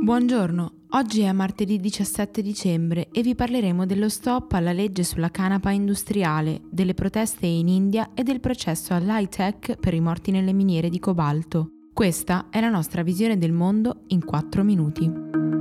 Buongiorno, oggi è martedì 17 dicembre e vi parleremo dello stop alla legge sulla canapa industriale, delle proteste in India e del processo all'high-tech per i morti nelle miniere di cobalto. Questa è la nostra visione del mondo in 4 minuti.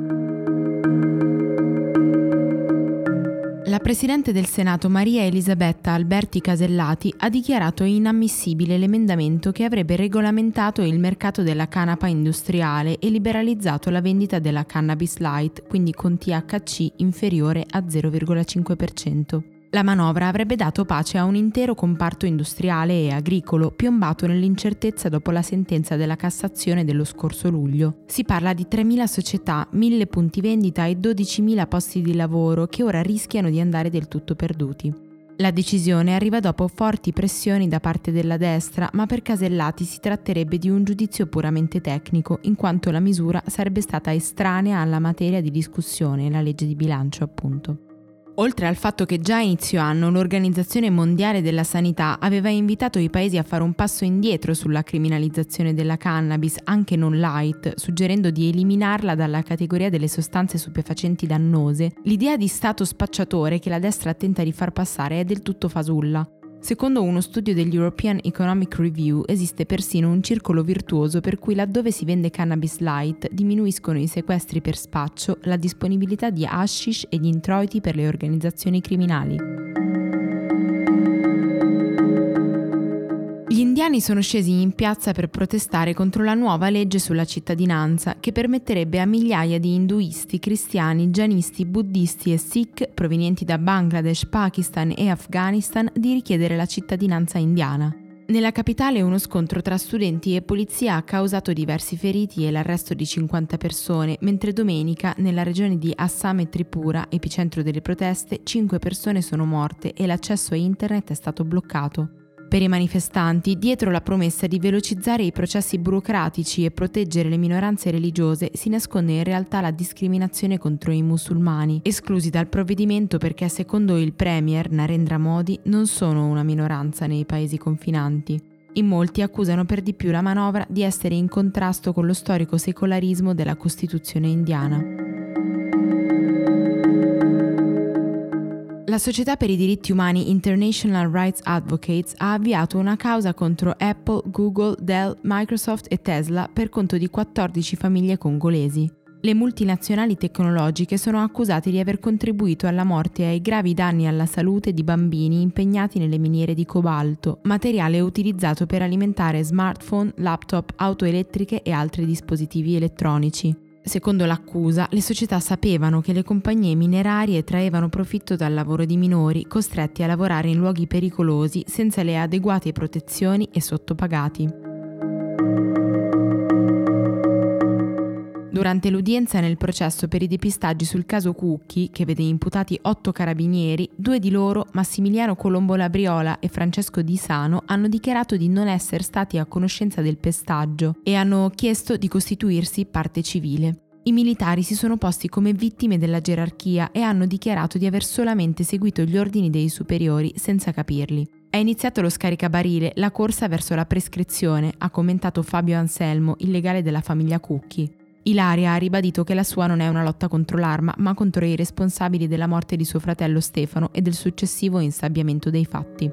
La Presidente del Senato Maria Elisabetta Alberti Casellati ha dichiarato inammissibile l'emendamento che avrebbe regolamentato il mercato della canapa industriale e liberalizzato la vendita della cannabis light, quindi con THC inferiore a 0,5%. La manovra avrebbe dato pace a un intero comparto industriale e agricolo piombato nell'incertezza dopo la sentenza della Cassazione dello scorso luglio. Si parla di 3.000 società, 1.000 punti vendita e 12.000 posti di lavoro che ora rischiano di andare del tutto perduti. La decisione arriva dopo forti pressioni da parte della destra, ma per Casellati si tratterebbe di un giudizio puramente tecnico, in quanto la misura sarebbe stata estranea alla materia di discussione, la legge di bilancio appunto. Oltre al fatto che già a inizio anno l'Organizzazione Mondiale della Sanità aveva invitato i paesi a fare un passo indietro sulla criminalizzazione della cannabis, anche non light, suggerendo di eliminarla dalla categoria delle sostanze stupefacenti dannose, l'idea di stato spacciatore che la destra tenta di far passare è del tutto fasulla. Secondo uno studio dell'European Economic Review esiste persino un circolo virtuoso per cui laddove si vende cannabis light diminuiscono i sequestri per spaccio, la disponibilità di hashish e gli introiti per le organizzazioni criminali. Gli indiani sono scesi in piazza per protestare contro la nuova legge sulla cittadinanza che permetterebbe a migliaia di induisti, cristiani, gianisti, buddisti e sikh provenienti da Bangladesh, Pakistan e Afghanistan di richiedere la cittadinanza indiana. Nella capitale uno scontro tra studenti e polizia ha causato diversi feriti e l'arresto di 50 persone, mentre domenica nella regione di Assam e Tripura, epicentro delle proteste, 5 persone sono morte e l'accesso a internet è stato bloccato. Per i manifestanti, dietro la promessa di velocizzare i processi burocratici e proteggere le minoranze religiose, si nasconde in realtà la discriminazione contro i musulmani, esclusi dal provvedimento perché secondo il premier Narendra Modi non sono una minoranza nei paesi confinanti. In molti accusano per di più la manovra di essere in contrasto con lo storico secolarismo della Costituzione indiana. La Società per i diritti umani International Rights Advocates ha avviato una causa contro Apple, Google, Dell, Microsoft e Tesla per conto di 14 famiglie congolesi. Le multinazionali tecnologiche sono accusate di aver contribuito alla morte e ai gravi danni alla salute di bambini impegnati nelle miniere di cobalto, materiale utilizzato per alimentare smartphone, laptop, auto elettriche e altri dispositivi elettronici. Secondo l'accusa, le società sapevano che le compagnie minerarie traevano profitto dal lavoro di minori costretti a lavorare in luoghi pericolosi senza le adeguate protezioni e sottopagati. Durante l'udienza nel processo per i depistaggi sul caso Cucchi, che vede imputati 8 carabinieri, 2 di loro, Massimiliano Colombo Labriola e Francesco Di Sano, hanno dichiarato di non essere stati a conoscenza del pestaggio e hanno chiesto di costituirsi parte civile. I militari si sono posti come vittime della gerarchia e hanno dichiarato di aver solamente seguito gli ordini dei superiori senza capirli. È iniziato lo scaricabarile, la corsa verso la prescrizione, ha commentato Fabio Anselmo, il legale della famiglia Cucchi. Ilaria ha ribadito che la sua non è una lotta contro l'arma, ma contro i responsabili della morte di suo fratello Stefano e del successivo insabbiamento dei fatti.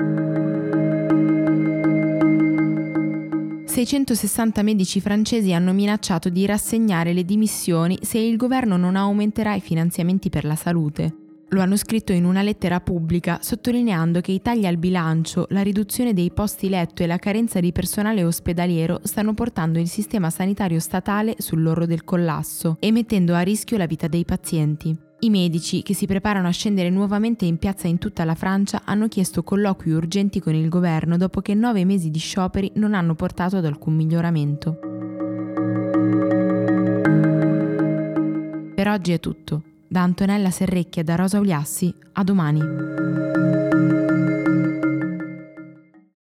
660 medici francesi hanno minacciato di rassegnare le dimissioni se il governo non aumenterà i finanziamenti per la salute. Lo hanno scritto in una lettera pubblica, sottolineando che i tagli al bilancio, la riduzione dei posti letto e la carenza di personale ospedaliero stanno portando il sistema sanitario statale sull'orlo del collasso e mettendo a rischio la vita dei pazienti. I medici, che si preparano a scendere nuovamente in piazza in tutta la Francia, hanno chiesto colloqui urgenti con il governo dopo che 9 mesi di scioperi non hanno portato ad alcun miglioramento. Per oggi è tutto. Da Antonella Serrecchia e da Rosa Uliassi, a domani.